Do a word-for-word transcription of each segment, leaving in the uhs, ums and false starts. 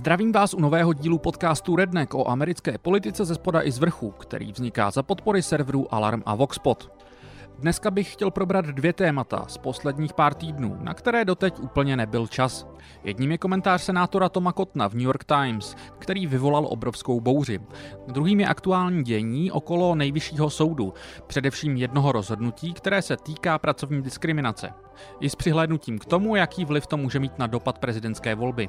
Zdravím vás u nového dílu podcastu Redneck o americké politice ze spoda i z vrchu, který vzniká za podpory serverů Alarm a Voxpod. Dneska bych chtěl probrat dvě témata z posledních pár týdnů, na které doteď úplně nebyl čas. Jedním je komentář senátora Toma Cottona v New York Times, který vyvolal obrovskou bouři. Druhým je aktuální dění okolo Nejvyššího soudu, především jednoho rozhodnutí, které se týká pracovní diskriminace. I s přihlédnutím k tomu, jaký vliv to může mít na dopad prezidentské volby.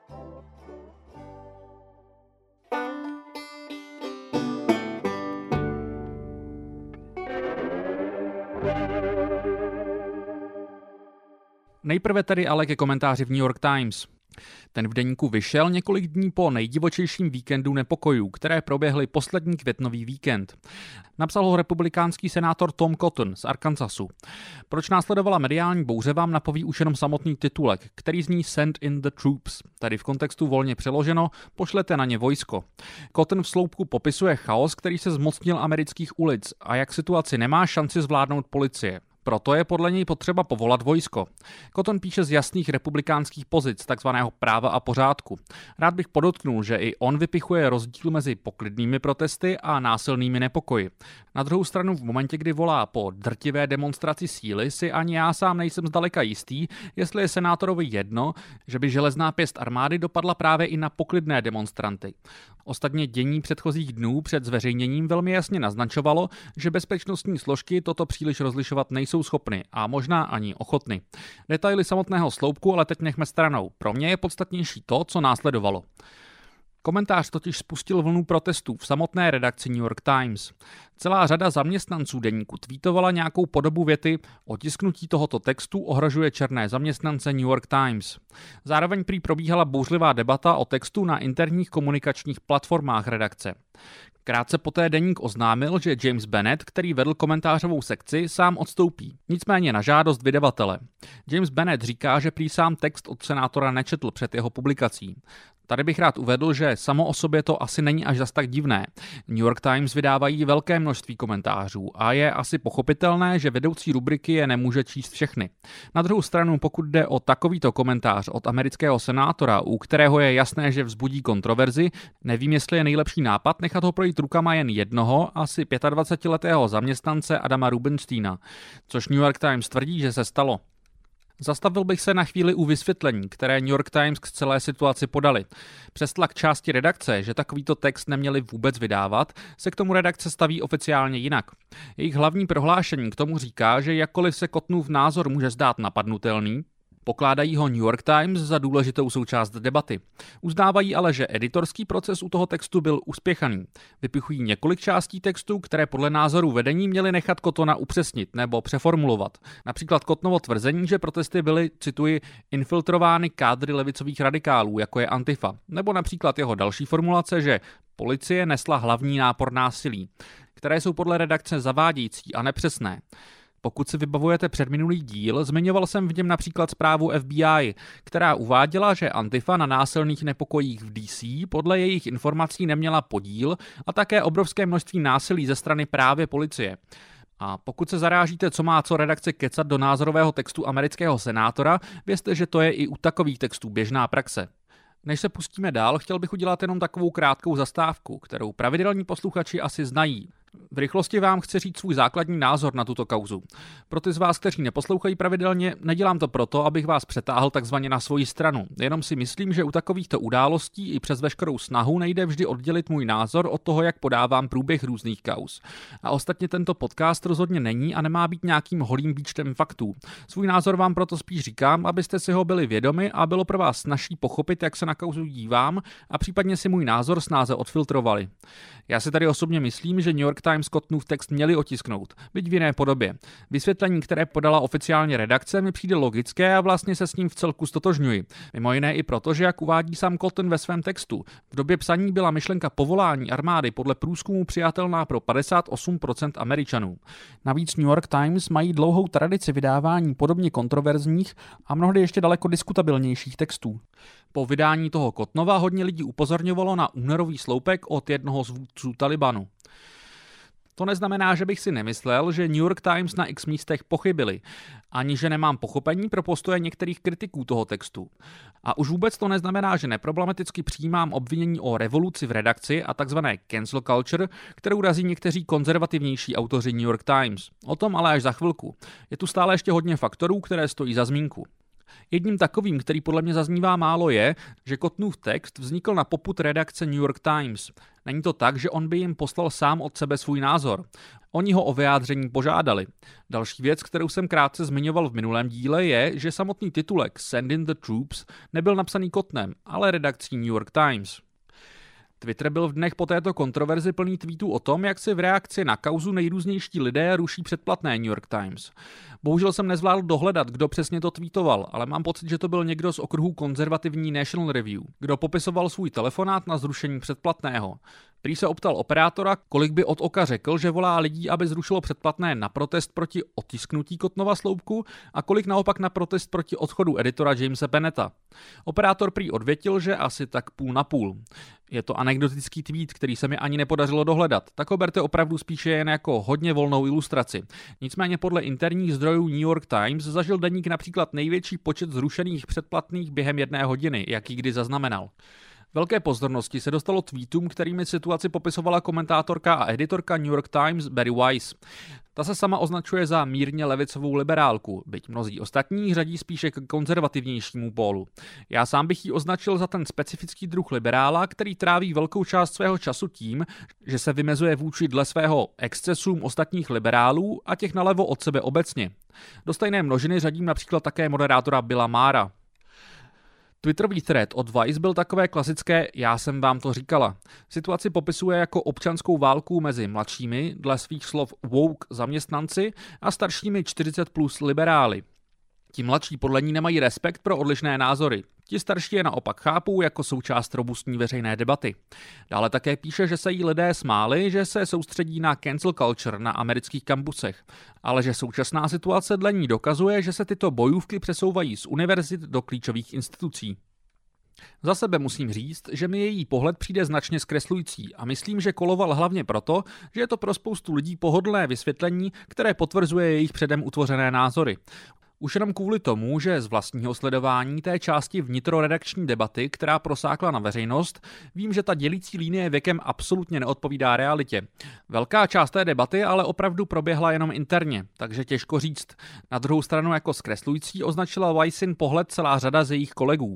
Nejprve tedy ale ke komentáři v New York Times. Ten v deníku vyšel několik dní po nejdivočejším víkendu nepokojů, které proběhly poslední květnový víkend. Napsal ho republikánský senátor Tom Cotton z Arkansasu. Proč následovala mediální bouře, vám napoví už jenom samotný titulek, který zní Send in the troops, tedy v kontextu volně přeloženo pošlete na ně vojsko. Cotton v sloupku popisuje chaos, který se zmocnil amerických ulic a jak situaci nemá šanci zvládnout policie. Proto je podle něj potřeba povolat vojsko. Cotton píše z jasných republikánských pozic, takzvaného práva a pořádku. Rád bych podotknul, že i on vypichuje rozdíl mezi poklidnými protesty a násilnými nepokoji. Na druhou stranu v momentě, kdy volá po drtivé demonstraci síly, si ani já sám nejsem zdaleka jistý, jestli je senátorovi jedno, že by železná pěst armády dopadla právě i na poklidné demonstranty. Ostatně dění předchozích dnů před zveřejněním velmi jasně naznačovalo, že bezpečnostní složky toto příliš rozlišovat nejsou schopny a možná ani ochotny. Detaily samotného sloupku ale teď nechme stranou. Pro mě je podstatnější to, co následovalo. Komentář totiž spustil vlnu protestů v samotné redakci New York Times. Celá řada zaměstnanců deníku tweetovala nějakou podobu věty otisknutí tohoto textu ohrožuje černé zaměstnance New York Times. Zároveň prý probíhala bouřlivá debata o textu na interních komunikačních platformách redakce. Krátce poté deník oznámil, že James Bennett, který vedl komentářovou sekci, sám odstoupí. Nicméně na žádost vydavatele. James Bennett říká, že prý sám text od senátora nečetl před jeho publikací. Tady bych rád uvedl, že samo o sobě to asi není až zas tak divné. New York Times vydávají velké množství komentářů a je asi pochopitelné, že vedoucí rubriky je nemůže číst všechny. Na druhou stranu, pokud jde o takovýto komentář od amerického senátora, u kterého je jasné, že vzbudí kontroverzi, nevím, jestli je nejlepší nápad nechat ho projít rukama jen jednoho, asi dvacetiletého zaměstnance Adama Rubensteina, což New York Times tvrdí, že se stalo. Zastavil bych se na chvíli u vysvětlení, které New York Times k celé situaci podali. Přes tlak části redakce, že takovýto text neměli vůbec vydávat, se k tomu redakce staví oficiálně jinak. Jejich hlavní prohlášení k tomu říká, že jakkoliv se Cottonův názor může zdát napadnutelný, pokládají ho New York Times za důležitou součást debaty. Uznávají ale, že editorský proces u toho textu byl uspěchaný. Vypichují několik částí textu, které podle názoru vedení měly nechat Cottona upřesnit nebo přeformulovat. Například Cottonovo tvrzení, že protesty byly, cituji, infiltrovány kádry levicových radikálů, jako je Antifa. Nebo například jeho další formulace, že policie nesla hlavní nápor násilí, které jsou podle redakce zavádějící a nepřesné. Pokud si vybavujete předminulý díl, zmiňoval jsem v něm například zprávu F B I, která uváděla, že Antifa na násilných nepokojích v D C podle jejich informací neměla podíl a také obrovské množství násilí ze strany právě policie. A pokud se zarážíte, co má co redakce kecat do názorového textu amerického senátora, vězte, že to je i u takových textů běžná praxe. Než se pustíme dál, chtěl bych udělat jenom takovou krátkou zastávku, kterou pravidelní posluchači asi znají. V rychlosti vám chci říct svůj základní názor na tuto kauzu. Pro ty z vás, kteří neposlouchají pravidelně, nedělám to proto, abych vás přetáhl takzvaně na svoji stranu. Jenom si myslím, že u takovýchto událostí i přes veškerou snahu nejde vždy oddělit můj názor od toho, jak podávám průběh různých kauz. A ostatně tento podcast rozhodně není a nemá být nějakým holým výčtem faktů. Svůj názor vám proto spíš říkám, abyste si ho byli vědomi a bylo pro vás snazší pochopit, jak se na kauzu dívám a případně si můj názor snáze odfiltrovali. Já si tady osobně myslím, že New York Times Cottonův text měli otisknout, byť v jiné podobě. Vysvětlení, které podala oficiálně redakce, mi přijde logické a vlastně se s ním v celku stotožňuji. Mimo jiné i proto, že jak uvádí sám Cotton ve svém textu, v době psaní byla myšlenka povolání armády podle průzkumu přijatelná pro padesát osm procent Američanů. Navíc New York Times mají dlouhou tradici vydávání podobně kontroverzních a mnohdy ještě daleko diskutabilnějších textů. Po vydání toho Cottonova hodně lidí upozorňovalo na únorový sloupek od jednoho z vůdců Talibanu. To neznamená, že bych si nemyslel, že New York Times na x místech pochybili, ani že nemám pochopení pro postoje některých kritiků toho textu. A už vůbec to neznamená, že neproblematicky přijímám obvinění o revoluci v redakci a takzvané cancel culture, kterou razí někteří konzervativnější autoři New York Times. O tom ale až za chvilku. Je tu stále ještě hodně faktorů, které stojí za zmínku. Jedním takovým, který podle mě zaznívá málo, je, že Cottonův text vznikl na popud redakce New York Times. Není to tak, že on by jim poslal sám od sebe svůj názor. Oni ho o vyjádření požádali. Další věc, kterou jsem krátce zmiňoval v minulém díle, je, že samotný titulek Send in the Troops nebyl napsaný Cottonem, ale redakcí New York Times. Twitter byl v dnech po této kontroverzi plný tweetů o tom, jak si v reakci na kauzu nejrůznější lidé ruší předplatné New York Times. Bohužel jsem nezvládl dohledat, kdo přesně to tweetoval, ale mám pocit, že to byl někdo z okruhu konzervativní National Review, kdo popisoval svůj telefonát na zrušení předplatného. Prý se optal operátora, kolik by od oka řekl, že volá lidí, aby zrušilo předplatné na protest proti otisknutí Cottonova sloupku a kolik naopak na protest proti odchodu editora Jamese Beneta. Operátor prý odvětil, že asi tak půl na půl. Je to anekdotický tweet, který se mi ani nepodařilo dohledat, tak ho berte opravdu spíše jen jako hodně volnou ilustraci. Nicméně podle interních zdrojů New York Times zažil deník například největší počet zrušených předplatných během jedné hodiny, jaký kdy zaznamenal. Velké pozornosti se dostalo tweetům, kterými situaci popisovala komentátorka a editorka New York Times Bari Weiss. Ta se sama označuje za mírně levicovou liberálku, byť mnozí ostatní řadí spíše k konzervativnějšímu pólu. Já sám bych ji označil za ten specifický druh liberála, který tráví velkou část svého času tím, že se vymezuje vůči dle svého excesům ostatních liberálů a těch nalevo od sebe obecně. Do stejné množiny řadím například také moderátora Billa Maara. Twitterový thread od Vice byl takové klasické já jsem vám to říkala. Situaci popisuje jako občanskou válku mezi mladšími, dle svých slov woke zaměstnanci a staršími čtyřicet plus liberály. Ti mladší podle ní nemají respekt pro odlišné názory. Ti starší je naopak chápou jako součást robustní veřejné debaty. Dále také píše, že se jí lidé smáli, že se soustředí na cancel culture na amerických kampusech, ale že současná situace dle ní dokazuje, že se tyto bojůvky přesouvají z univerzit do klíčových institucí. Za sebe musím říct, že mi její pohled přijde značně zkreslující a myslím, že koloval hlavně proto, že je to pro spoustu lidí pohodlné vysvětlení, které potvrzuje jejich předem utvořené názory. Už jenom kvůli tomu, že z vlastního sledování té části vnitroredakční debaty, která prosákla na veřejnost, vím, že ta dělící linie věkem absolutně neodpovídá realitě. Velká část té debaty ale opravdu proběhla jenom interně, takže těžko říct. Na druhou stranu jako zkreslující označila Weissin pohled celá řada z jejich kolegů.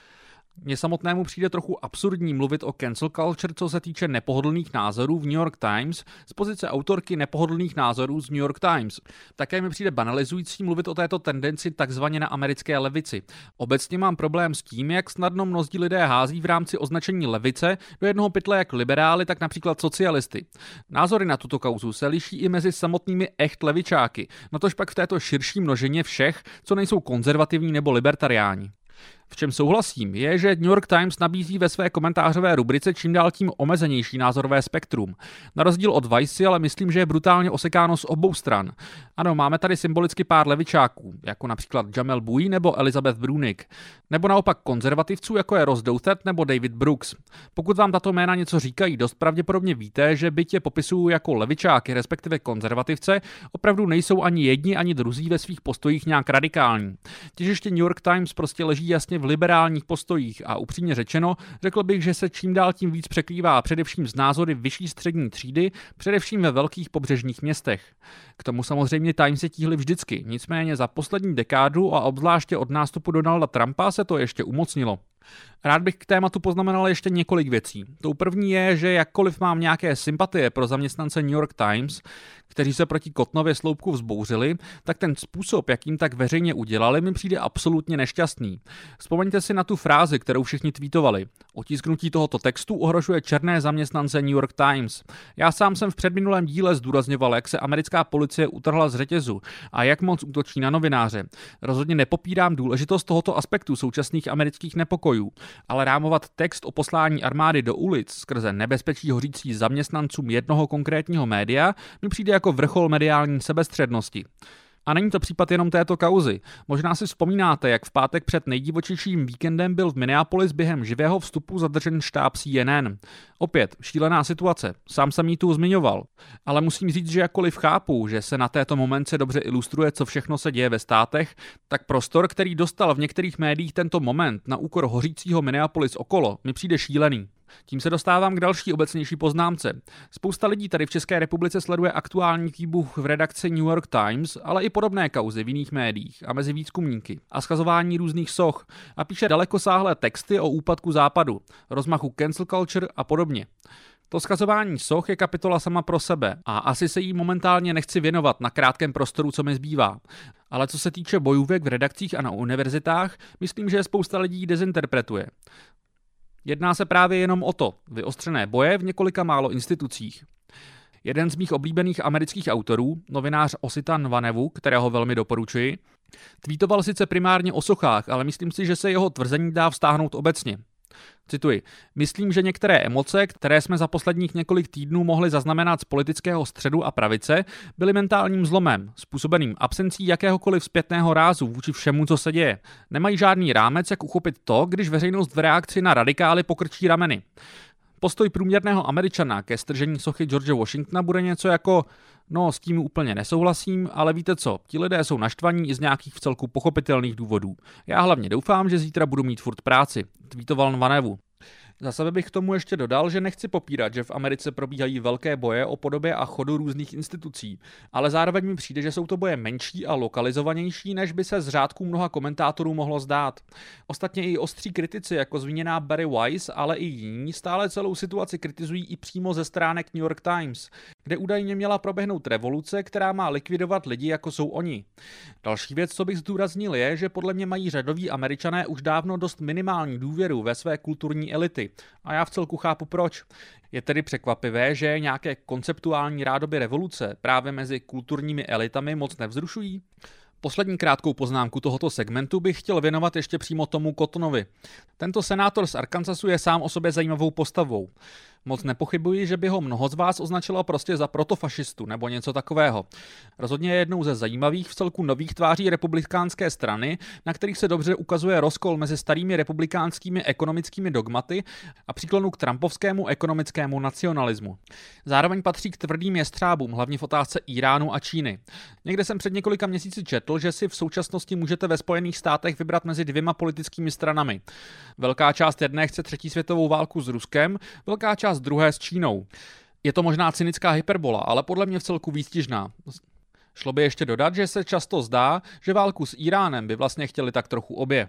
Mně samotnému přijde trochu absurdní mluvit o cancel culture, co se týče nepohodlných názorů v New York Times z pozice autorky nepohodlných názorů z New York Times. Také mi přijde banalizující mluvit o této tendenci takzvaně na americké levici. Obecně mám problém s tím, jak snadno mnozí lidé hází v rámci označení levice do jednoho pytle jak liberály, tak například socialisty. Názory na tuto kauzu se liší i mezi samotnými echt levičáky, natož pak v této širší množině všech, co nejsou konzervativní nebo libertariáni. V čem souhlasím, je, že New York Times nabízí ve své komentářové rubrice čím dál tím omezenější názorové spektrum. Na rozdíl od Vice, ale myslím, že je brutálně osekáno z obou stran. Ano, máme tady symbolicky pár levičáků, jako například Jamel Bouie nebo Elizabeth Bruenig, nebo naopak konzervativců, jako je Ross Douthat nebo David Brooks. Pokud vám tato jména něco říkají, dost pravděpodobně víte, že byť je popisují jako levičáky, respektive konzervativce, opravdu nejsou ani jedni, ani druzí ve svých postojích nějak radikální. Těžiště New York Times prostě leží jasně v liberálních postojích a upřímně řečeno, řekl bych, že se čím dál tím víc překrývá především z názory vyšší střední třídy, především ve velkých pobřežních městech. K tomu samozřejmě Times se tíhli vždycky, nicméně za poslední dekádu a obzvláště od nástupu Donalda Trumpa se to ještě umocnilo. Rád bych k tématu poznamenal ještě několik věcí. Tou první je, že jakkoliv mám nějaké sympatie pro zaměstnance New York Times, kteří se proti Cottonově sloupku vzbouřili, tak ten způsob, jakým tak veřejně udělali, mi přijde absolutně nešťastný. Vzpomeňte si na tu frázi, kterou všichni tweetovali. Otisknutí tohoto textu ohrožuje černé zaměstnance New York Times. Já sám jsem v předminulém díle zdůrazňoval, jak se americká policie utrhla z řetězu a jak moc útočí na novináře. Rozhodně nepopírám důležitost tohoto aspektu současných amerických nepokojů, ale rámovat text o poslání armády do ulic skrze nebezpečí hořící zaměstnancům jednoho konkrétního média mi přijde jako vrchol mediální sebestřednosti. A není to případ jenom této kauzy. Možná si vzpomínáte, jak v pátek před nejdivočejším víkendem byl v Minneapolis během živého vstupu zadržen štáb C N N. Opět šílená situace, sám jsem ji tu zmiňoval. Ale musím říct, že jakkoliv chápu, že se na této momentce dobře ilustruje, co všechno se děje ve státech, tak prostor, který dostal v některých médiích tento moment na úkor hořícího Minneapolis okolo, mi přijde šílený. Tím se dostávám k další obecnější poznámce. Spousta lidí tady v České republice sleduje aktuální výbuch v redakci New York Times, ale i podobné kauzy v jiných médiích a mezi výzkumníky a schazování různých soch a píše dalekosáhlé texty o úpadku západu, rozmachu cancel culture a podobně. To schazování soch je kapitola sama pro sebe a asi se jí momentálně nechci věnovat na krátkém prostoru, co mi zbývá. Ale co se týče bojůvek v redakcích a na univerzitách, myslím, že spousta lidí dezinterpretuje. Jedná se právě jenom o to, vyostřené boje v několika málo institucích. Jeden z mých oblíbených amerických autorů, novinář Ositan Vanevu, kterého velmi doporučuji, tweetoval sice primárně o sochách, ale myslím si, že se jeho tvrzení dá vztáhnout obecně. Cituji, myslím, že některé emoce, které jsme za posledních několik týdnů mohli zaznamenat z politického středu a pravice, byly mentálním zlomem, způsobeným absencí jakéhokoliv zpětného rázu vůči všemu, co se děje. Nemají žádný rámec, jak uchopit to, když veřejnost v reakci na radikály pokrčí rameny. Postoj průměrného Američana ke stržení sochy George Washingtona bude něco jako no, s tím úplně nesouhlasím, ale víte co, ti lidé jsou naštvaní i z nějakých vcelku pochopitelných důvodů. Já hlavně doufám, že zítra budu mít furt práci, tweetoval Vanevu. Za sebe bych k tomu ještě dodal, že nechci popírat, že v Americe probíhají velké boje o podobě a chodu různých institucí, ale zároveň mi přijde, že jsou to boje menší a lokalizovanější, než by se z řádků mnoha komentátorů mohlo zdát. Ostatně i ostří kritici, jako zmíněná Barry Weiss, ale i jiní, stále celou situaci kritizují i přímo ze stránek New York Times, kde údajně měla proběhnout revoluce, která má likvidovat lidi, jako jsou oni. Další věc, co bych zdůraznil, je, že podle mě mají řadoví Američané už dávno dost minimální důvěru ve své kulturní elity. A já vcelku chápu proč. Je tedy překvapivé, že nějaké konceptuální rádoby revoluce právě mezi kulturními elitami moc nevzrušují? Poslední krátkou poznámku tohoto segmentu bych chtěl věnovat ještě přímo tomu Cottonovi. Tento senátor z Arkansasu je sám o sobě zajímavou postavou. Moc nepochybuji, že by ho mnoho z vás označilo prostě za protofašistu nebo něco takového. Rozhodně je jednou ze zajímavých vcelku nových tváří republikánské strany, na kterých se dobře ukazuje rozkol mezi starými republikánskými ekonomickými dogmaty a příklonu k trumpovskému ekonomickému nacionalismu. Zároveň patří k tvrdým jestřábům, hlavně v otázce Íránu a Číny. Někde jsem před několika měsíci četl, že si v současnosti můžete ve Spojených státech vybrat mezi dvěma politickými stranami. Velká část jedné chce třetí světovou válku s Ruskem, velká část druhé s Čínou. Je to možná cynická hyperbola, ale podle mě vcelku výstižná. Šlo by ještě dodat, že se často zdá, že válku s Íránem by vlastně chtěli tak trochu obě.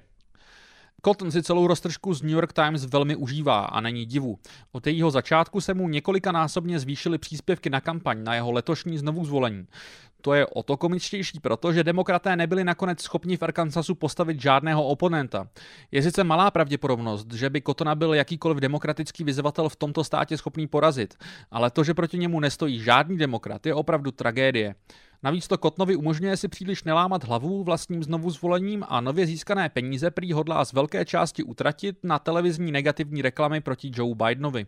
Cotton si celou roztržku z New York Times velmi užívá a není divu. Od jejího začátku se mu několikanásobně zvýšily příspěvky na kampaň na jeho letošní znovuzvolení. To je o to komičtější, protože demokraté nebyli nakonec schopni v Arkansasu postavit žádného oponenta. Je sice malá pravděpodobnost, že by Cottona byl jakýkoliv demokratický vyzvatel v tomto státě schopný porazit, ale to, že proti němu nestojí žádný demokrat, je opravdu tragédie. Navíc to Cottonovi umožňuje si příliš nelámat hlavu vlastním znovuzvolením a nově získané peníze prý hodlá z velké části utratit na televizní negativní reklamy proti Joe Bidenovi.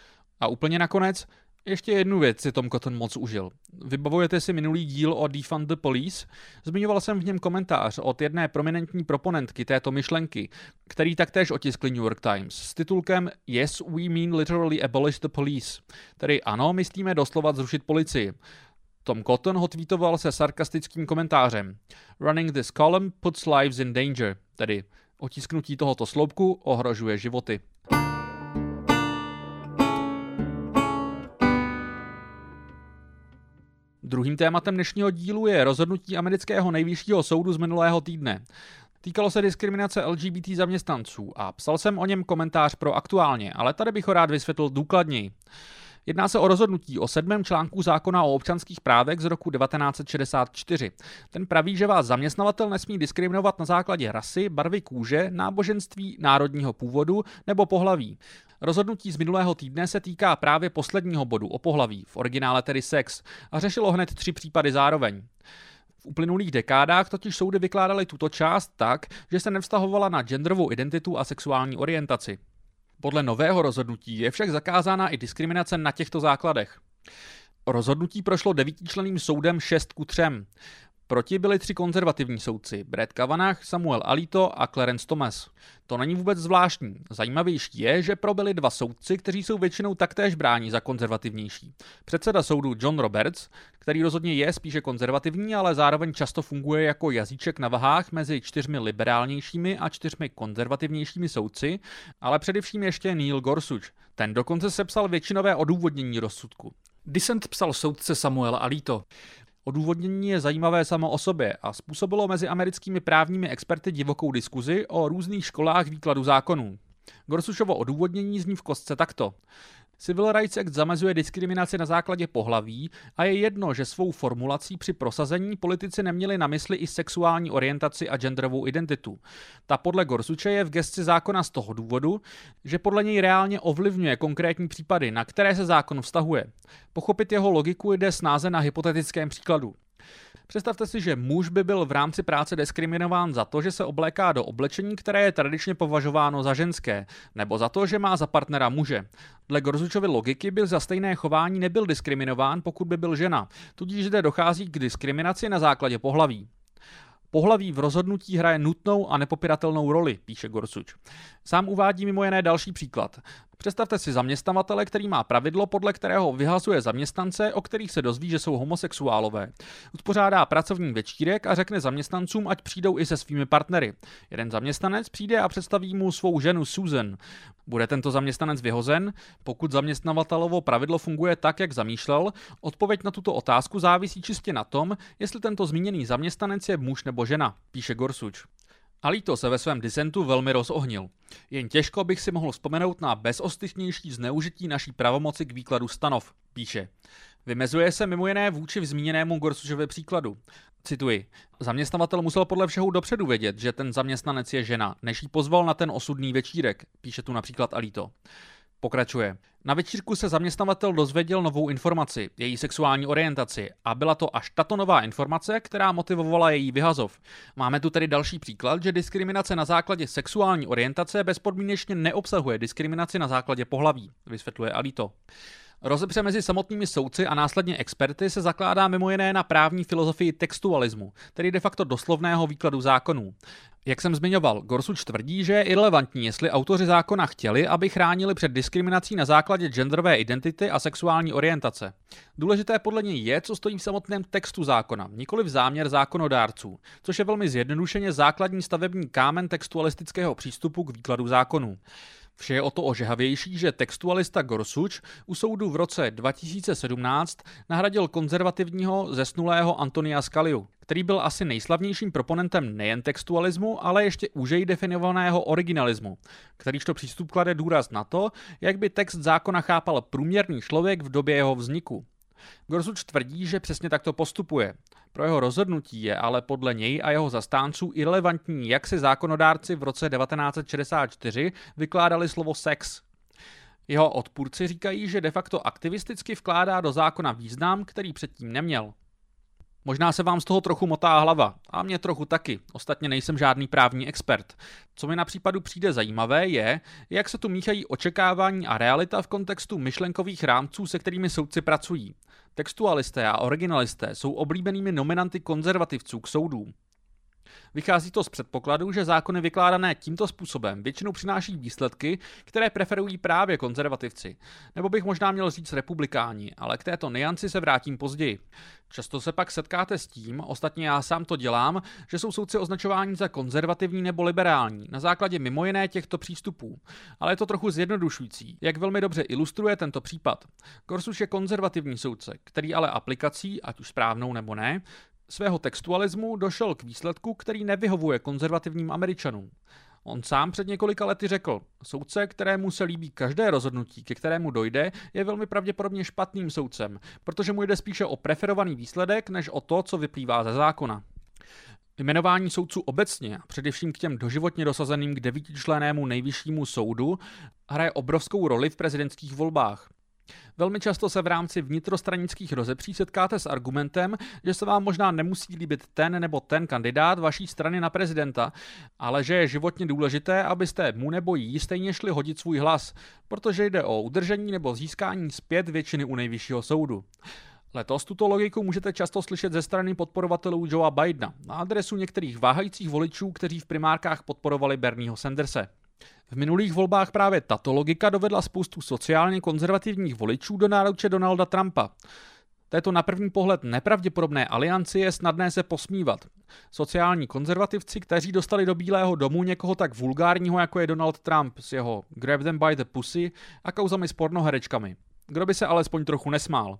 A úplně nakonec ještě jednu věc si Tom Cotton moc užil. Vybavujete si minulý díl o Defund the Police? Zmiňoval jsem v něm komentář od jedné prominentní proponentky této myšlenky, který taktéž otiskli New York Times s titulkem Yes, we mean literally abolish the police. Tedy ano, myslíme doslova zrušit policii. Tom Cotton ho tweetoval se sarkastickým komentářem Running this column puts lives in danger, tedy otisknutí tohoto sloupku ohrožuje životy. Druhým tématem dnešního dílu je rozhodnutí amerického nejvyššího soudu z minulého týdne. Týkalo se diskriminace L G B T zaměstnanců a psal jsem o něm komentář pro Aktuálně, ale tady bych ho rád vysvětlil důkladněji. Jedná se o rozhodnutí o sedmém článku zákona o občanských právech z roku devatenáct set šedesát čtyři. Ten praví, že vás zaměstnavatel nesmí diskriminovat na základě rasy, barvy kůže, náboženství, národního původu nebo pohlaví. Rozhodnutí z minulého týdne se týká právě posledního bodu o pohlaví, v originále tedy sex, a řešilo hned tři případy zároveň. V uplynulých dekádách totiž soudy vykládaly tuto část tak, že se nevztahovala na genderovou identitu a sexuální orientaci. Podle nového rozhodnutí je však zakázána i diskriminace na těchto základech. Rozhodnutí prošlo devítičlenným soudem šest ku třem. Proti byli tři konzervativní soudci, Brett Kavanaugh, Samuel Alito a Clarence Thomas. To není vůbec zvláštní. Zajímavější je, že pro byli dva soudci, kteří jsou většinou taktéž bráni za konzervativnější. Předseda soudu John Roberts, který rozhodně je spíše konzervativní, ale zároveň často funguje jako jazyček na vahách mezi čtyřmi liberálnějšími a čtyřmi konzervativnějšími soudci, ale především ještě Neil Gorsuch. Ten dokonce sepsal většinové odůvodnění rozsudku. Dissent psal soudce Samuel Alito. Odůvodnění je zajímavé samo o sobě a způsobilo mezi americkými právními experty divokou diskuzi o různých školách výkladu zákonů. Gorsuchovo odůvodnění zní v kostce takto. Civil Rights Act zamezuje diskriminaci na základě pohlaví a je jedno, že svou formulací při prosazení politici neměli na mysli i sexuální orientaci a genderovou identitu. Ta podle Gorsuche je v gesci zákona z toho důvodu, že podle něj reálně ovlivňuje konkrétní případy, na které se zákon vztahuje. Pochopit jeho logiku jde snáze na hypotetickém příkladu. Představte si, že muž by byl v rámci práce diskriminován za to, že se obléká do oblečení, které je tradičně považováno za ženské, nebo za to, že má za partnera muže. Dle Gorsuchovy logiky by za stejné chování nebyl diskriminován, pokud by byl žena, tudíž zde dochází k diskriminaci na základě pohlaví. Pohlaví v rozhodnutí hraje nutnou a nepopiratelnou roli, píše Gorsuch. Sám uvádí mimo jiné další příklad. Představte si zaměstnavatele, který má pravidlo, podle kterého vyhazuje zaměstnance, o kterých se dozví, že jsou homosexuálové. Uspořádá pracovní večírek a řekne zaměstnancům, ať přijdou i se svými partnery. Jeden zaměstnanec přijde a představí mu svou ženu Susan. Bude tento zaměstnanec vyhozen? Pokud zaměstnavatelovo pravidlo funguje tak, jak zamýšlel, odpověď na tuto otázku závisí čistě na tom, jestli tento zmíněný zaměstnanec je muž nebo žena, píše Gorsuch. Alito se ve svém disentu velmi rozohnil. Jen těžko bych si mohl vzpomenout na bezostyšnější zneužití naší pravomoci k výkladu stanov, píše. Vymezuje se mimo jiné vůči zmíněnému Gorsuchově příkladu. Cituji. Zaměstnavatel musel podle všeho dopředu vědět, že ten zaměstnanec je žena, než ji pozval na ten osudný večírek, píše tu například Alito. Pokračuje. Na večírku se zaměstnavatel dozvěděl novou informaci, její sexuální orientaci, a byla to až tato nová informace, která motivovala její vyhazov. Máme tu tedy další příklad, že diskriminace na základě sexuální orientace bezpodmínečně neobsahuje diskriminaci na základě pohlaví, vysvětluje Alito. Rozepře mezi samotnými soudci a následně experty se zakládá mimo jiné na právní filozofii textualismu, tedy de facto doslovného výkladu zákonů. Jak jsem zmiňoval, Gorsuch tvrdí, že je irelevantní, jestli autoři zákona chtěli, aby chránili před diskriminací na základě genderové identity a sexuální orientace. Důležité podle něj je, co stojí v samotném textu zákona, nikoli v záměr zákonodárců, což je velmi zjednodušeně základní stavební kámen textualistického přístupu k výkladu zákonů. Vše je o to ožehavější, že textualista Gorsuch u soudu v roce dva tisíce sedmnáct nahradil konzervativního zesnulého Antonia Scaliu, který byl asi nejslavnějším proponentem nejen textualismu, ale ještě úžeji definovaného originalismu, kterýžto přístup klade důraz na to, jak by text zákona chápal průměrný člověk v době jeho vzniku. Gorsuch tvrdí, že přesně takto postupuje. Pro jeho rozhodnutí je ale podle něj a jeho zastánců irelevantní, jak si zákonodárci v roce devatenáct set šedesát čtyři vykládali slovo sex. Jeho odpůrci říkají, že de facto aktivisticky vkládá do zákona význam, který předtím neměl. Možná se vám z toho trochu motá hlava, a mě trochu taky, ostatně nejsem žádný právní expert. Co mi na případu přijde zajímavé je, jak se tu míchají očekávání a realita v kontextu myšlenkových rámců, se kterými soudci pracují. Textualisté a originalisté jsou oblíbenými nominanty konzervativců k soudům. Vychází to z předpokladu, že zákony vykládané tímto způsobem většinou přináší výsledky, které preferují právě konzervativci. Nebo bych možná měl říct republikáni, ale k této nianci se vrátím později. Často se pak setkáte s tím, ostatně já sám to dělám, že jsou soudci označováni za konzervativní nebo liberální, na základě mimo jiné těchto přístupů. Ale je to trochu zjednodušující, jak velmi dobře ilustruje tento případ. Gorsuch je konzervativní soudce, který ale aplikací, ať už správnou nebo ne, svého textualismu došel k výsledku, který nevyhovuje konzervativním Američanům. On sám před několika lety řekl, soudce, kterému se líbí každé rozhodnutí, ke kterému dojde, je velmi pravděpodobně špatným soudcem, protože mu jde spíše o preferovaný výsledek, než o to, co vyplývá ze zákona. Jmenování soudců obecně, a především k těm doživotně dosazeným k devítičlennému nejvyššímu soudu, hraje obrovskou roli v prezidentských volbách. Velmi často se v rámci vnitrostranických rozepří setkáte s argumentem, že se vám možná nemusí líbit ten nebo ten kandidát vaší strany na prezidenta, ale že je životně důležité, abyste mu nebo jí stejně šli hodit svůj hlas, protože jde o udržení nebo získání zpět většiny u nejvyššího soudu. Letos tuto logiku můžete často slyšet ze strany podporovatelů Joea Bidena na adresu některých váhajících voličů, kteří v primárkách podporovali Bernieho Sanderse. V minulých volbách právě tato logika dovedla spoustu sociálně konzervativních voličů do náruče Donalda Trumpa. Této na první pohled nepravděpodobné alianci je snadné se posmívat. Sociální konzervativci, kteří dostali do Bílého domu někoho tak vulgárního, jako je Donald Trump s jeho grab them by the pussy a kauzami s pornoherečkami. Kdo by se alespoň trochu nesmál.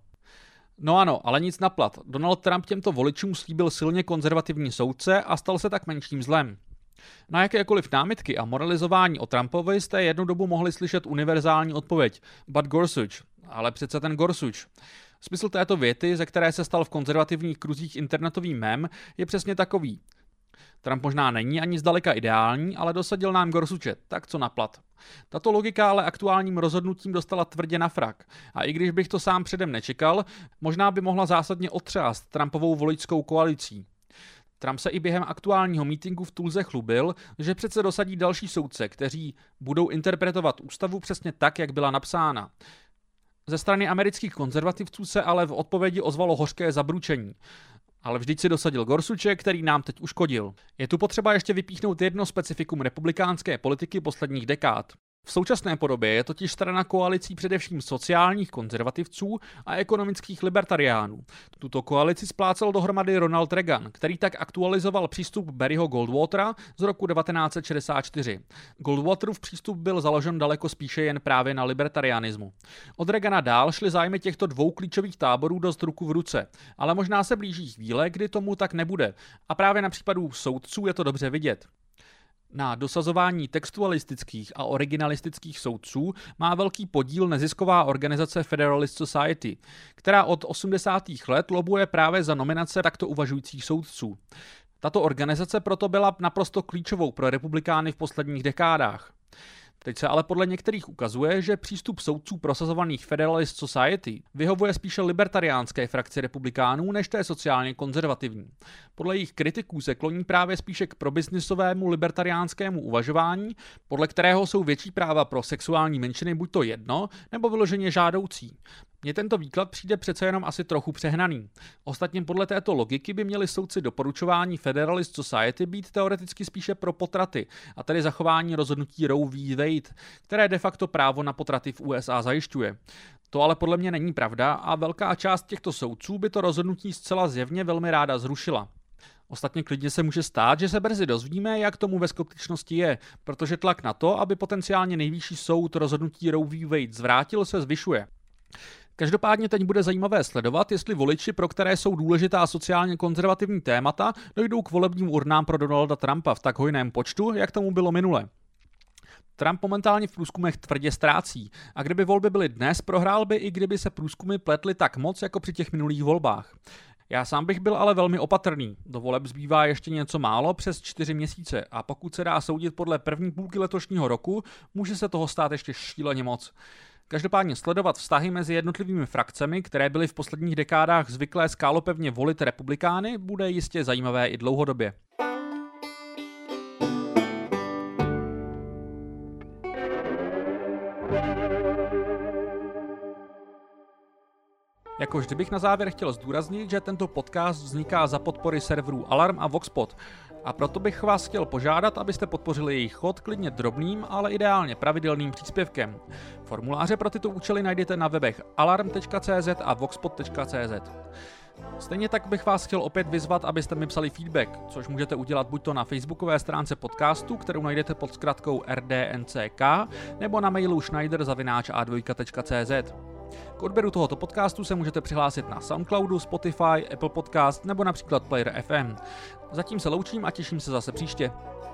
No ano, ale nic naplat. Donald Trump těmto voličům slíbil silně konzervativní soudce a stal se tak menším zlem. Na jakékoliv námitky a moralizování o Trumpovi jste jednu dobu mohli slyšet univerzální odpověď But Gorsuch, ale přece ten Gorsuch. Smysl této věty, ze které se stal v konzervativních kruzích internetový mem, je přesně takový. Trump možná není ani zdaleka ideální, ale dosadil nám Gorsuche, tak co naplat. Tato logika ale aktuálním rozhodnutím dostala tvrdě na frak. A i když bych to sám předem nečekal, možná by mohla zásadně otřást Trumpovou voličskou koalicí. Trump se i během aktuálního mítinku v Tulse chlubil, že přece dosadí další soudce, kteří budou interpretovat ústavu přesně tak, jak byla napsána. Ze strany amerických konzervativců se ale v odpovědi ozvalo hořké zabručení. Ale vždyť si dosadil Gorsuche, který nám teď uškodil. Je tu potřeba ještě vypíchnout jedno specifikum republikánské politiky posledních dekád. V současné podobě je totiž strana koalicí především sociálních konzervativců a ekonomických libertariánů. Tuto koalici splácel dohromady Ronald Reagan, který tak aktualizoval přístup Barryho Goldwatera z roku devatenáct set šedesát čtyři. Goldwaterův přístup byl založen daleko spíše jen právě na libertarianismu. Od Reagana dál šly zájmy těchto dvou klíčových táborů dost ruku v ruce, ale možná se blíží chvíle, kdy tomu tak nebude. A právě na případu soudců je to dobře vidět. Na dosazování textualistických a originalistických soudců má velký podíl nezisková organizace Federalist Society, která od osmdesátých let lobuje právě za nominace takto uvažujících soudců. Tato organizace proto byla naprosto klíčovou pro republikány v posledních dekádách. Teď se ale podle některých ukazuje, že přístup soudců prosazovaných Federalist Society vyhovuje spíše libertariánské frakci republikánů než té sociálně konzervativní. Podle jejich kritiků se kloní právě spíše k probiznisovému libertariánskému uvažování, podle kterého jsou větší práva pro sexuální menšiny buď to jedno, nebo vyloženě žádoucí. Mně tento výklad přijde přece jenom asi trochu přehnaný. Ostatně podle této logiky by měli soudci doporučování Federalist Society být teoreticky spíše pro potraty, a tedy zachování rozhodnutí Roe v. Wade, které de facto právo na potraty v U S A zajišťuje. To ale podle mě není pravda a velká část těchto soudců by to rozhodnutí zcela zjevně velmi ráda zrušila. Ostatně klidně se může stát, že se brzy dozvíme, jak tomu ve skutečnosti je, protože tlak na to, aby potenciálně nejvyšší soud rozhodnutí Roe v. Wade zvrátil, se zvyšuje. Každopádně teď bude zajímavé sledovat, jestli voliči, pro které jsou důležitá sociálně konzervativní témata, dojdou k volebním urnám pro Donalda Trumpa v tak hojném počtu, jak tomu bylo minule. Trump momentálně v průzkumech tvrdě ztrácí a kdyby volby byly dnes, prohrál by, i kdyby se průzkumy pletly tak moc jako při těch minulých volbách. Já sám bych byl ale velmi opatrný. Do voleb zbývá ještě něco málo, přes čtyři měsíce, a pokud se dá soudit podle první půlky letošního roku, může se toho stát ještě šíleně moc. Každopádně sledovat vztahy mezi jednotlivými frakcemi, které byly v posledních dekádách zvyklé skálopevně volit republikány, bude jistě zajímavé i dlouhodobě. Jako vždy bych na závěr chtěl zdůraznit, že tento podcast vzniká za podpory serverů Alarm a Voxpod, a proto bych vás chtěl požádat, abyste podpořili jejich chod klidně drobným, ale ideálně pravidelným příspěvkem. Formuláře pro tyto účely najdete na webech alarm tečka cé zet a voxpod tečka cé zet. Stejně tak bych vás chtěl opět vyzvat, abyste mi psali feedback, což můžete udělat buď to na facebookové stránce podcastu, kterou najdete pod zkratkou R D N C K, nebo na mailu schneider zavináč a dva tečka cé zet. K odběru tohoto podcastu se můžete přihlásit na Soundcloudu, Spotify, Apple Podcast nebo například Player F M. Zatím se loučím a těším se zase příště.